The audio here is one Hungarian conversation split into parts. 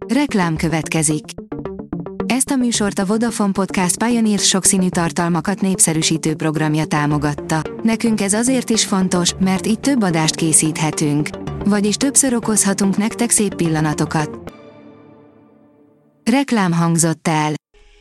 Reklám következik. Ezt a műsort a Vodafone Podcast Pioneer sokszínű tartalmakat népszerűsítő programja támogatta. Nekünk ez azért is fontos, mert így több adást készíthetünk. Vagyis többször okozhatunk nektek szép pillanatokat. Reklám hangzott el.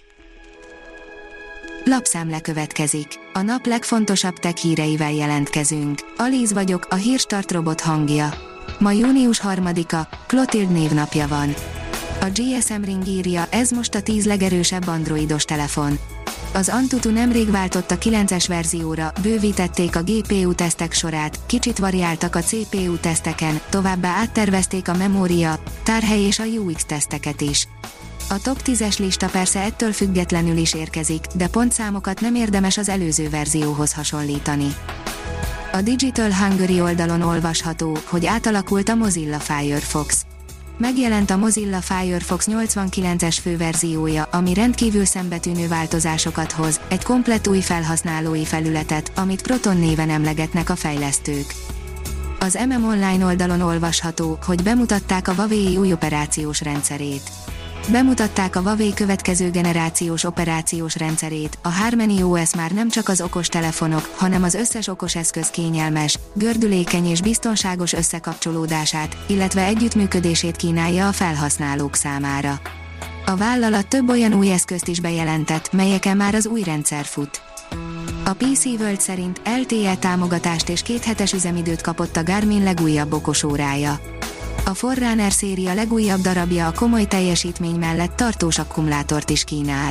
Lapszemle következik. A nap legfontosabb tech híreivel jelentkezünk. Alíz vagyok, a Hírstart robot hangja. Ma június 3-a, Klotild névnapja van. A GSM Ring írja, ez most a 10 legerősebb androidos telefon. Az Antutu nemrég váltott a 9-es verzióra, bővítették a GPU tesztek sorát, kicsit variáltak a CPU teszteken, továbbá áttervezték a memória, tárhely és a UX teszteket is. A top 10-es lista persze ettől függetlenül is érkezik, de pontszámokat nem érdemes az előző verzióhoz hasonlítani. A Digital Hungary oldalon olvasható, hogy átalakult a Mozilla Firefox. Megjelent a Mozilla Firefox 89-es főverziója, ami rendkívül szembetűnő változásokat hoz, egy komplett új felhasználói felületet, amit Proton néven emlegetnek a fejlesztők. Az Online oldalon olvasható, hogy bemutatták a Huawei új operációs rendszerét. Bemutatták a Huawei következő generációs operációs rendszerét, a Harmony OS már nem csak az okostelefonok, hanem az összes okos eszköz kényelmes, gördülékeny és biztonságos összekapcsolódását, illetve együttműködését kínálja a felhasználók számára. A vállalat több olyan új eszközt is bejelentett, melyeken már az új rendszer fut. A PC World szerint LTE támogatást és 2 hetes üzemidőt kapott a Garmin legújabb okosórája. A Forerunner széria legújabb darabja a komoly teljesítmény mellett tartós akkumulátort is kínál.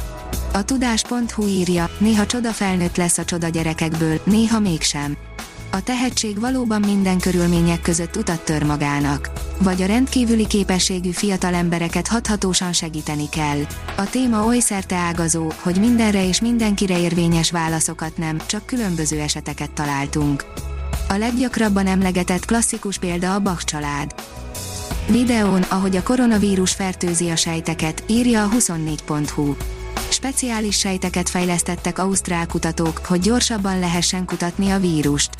A tudás.hu írja, néha csoda felnőtt lesz a csoda gyerekekből, néha mégsem. A tehetség valóban minden körülmények között utat tör magának. Vagy a rendkívüli képességű fiatal embereket hathatósan segíteni kell. A téma oly szerteágazó, hogy mindenre és mindenkire érvényes válaszokat nem, csak különböző eseteket találtunk. A leggyakrabban emlegetett klasszikus példa a Bach család. Videón, ahogy a koronavírus fertőzi a sejteket, írja a 24.hu. Speciális sejteket fejlesztettek ausztrál kutatók, hogy gyorsabban lehessen kutatni a vírust.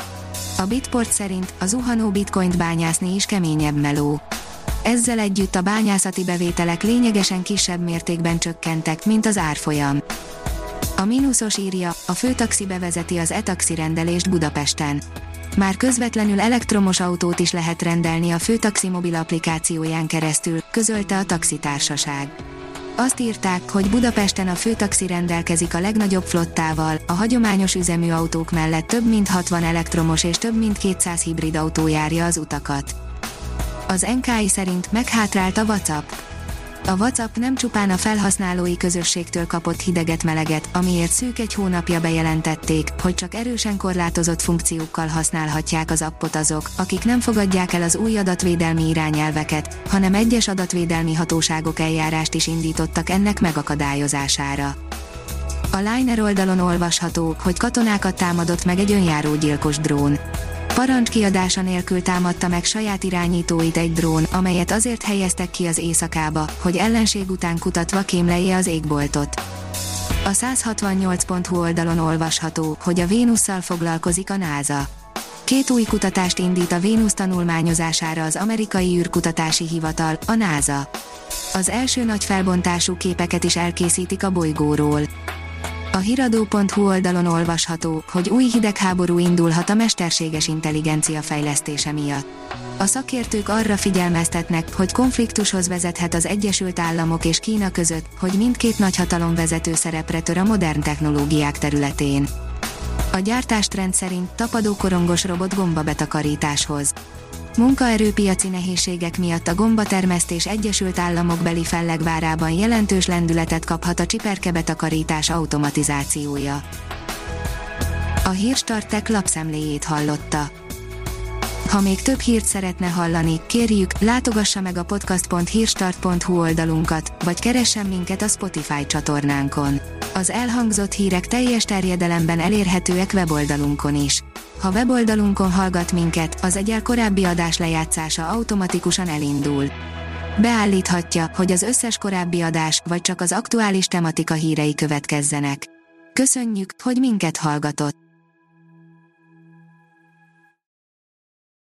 A Bitport szerint a zuhanó bitcoint bányászni is keményebb meló. Ezzel együtt a bányászati bevételek lényegesen kisebb mértékben csökkentek, mint az árfolyam. A Minusos írja, a főtaxi bevezeti az e-taxi rendelést Budapesten. Már közvetlenül elektromos autót is lehet rendelni a főtaxi mobil applikációján keresztül, közölte a taxitársaság. Azt írták, hogy Budapesten a főtaxi rendelkezik a legnagyobb flottával, a hagyományos üzemű autók mellett több mint 60 elektromos és több mint 200 hibrid autó járja az utakat. Az NKI szerint meghátrált a WhatsApp. A WhatsApp nem csupán a felhasználói közösségtől kapott hideget-meleget, amiért szűk egy hónapja bejelentették, hogy csak erősen korlátozott funkciókkal használhatják az appot azok, akik nem fogadják el az új adatvédelmi irányelveket, hanem egyes adatvédelmi hatóságok eljárást is indítottak ennek megakadályozására. A Liner oldalon olvasható, hogy katonákat támadott meg egy önjárógyilkos drón. Parancs kiadása nélkül támadta meg saját irányítóit egy drón, amelyet azért helyeztek ki az éjszakába, hogy ellenség után kutatva kémlelje az égboltot. A 168.hu oldalon olvasható, hogy a Vénusszal foglalkozik a NASA. 2 új kutatást indít a Vénusz tanulmányozására az amerikai űrkutatási hivatal, a NASA. Az első nagy felbontású képeket is elkészítik a bolygóról. A hiradó.hu oldalon olvasható, hogy új hidegháború indulhat a mesterséges intelligencia fejlesztése miatt. A szakértők arra figyelmeztetnek, hogy konfliktushoz vezethet az Egyesült Államok és Kína között, hogy mindkét nagyhatalom vezető szerepre tör a modern technológiák területén. A gyártástrend szerint tapadó korongos robot gombabetakarításhoz. Munkaerőpiaci nehézségek miatt a gombatermesztés Egyesült Államok beli fellegvárában jelentős lendületet kaphat a csiperkebetakarítás automatizációja. A Hírstart Tech lapszemléjét hallotta. Ha még több hírt szeretne hallani, kérjük, látogassa meg a podcast.hírstart.hu oldalunkat, vagy keressen minket a Spotify csatornánkon. Az elhangzott hírek teljes terjedelemben elérhetőek weboldalunkon is. Ha weboldalunkon hallgat minket, az egyel korábbi adás lejátszása automatikusan elindul. Beállíthatja, hogy az összes korábbi adás, vagy csak az aktuális tematika hírei következzenek. Köszönjük, hogy minket hallgatott!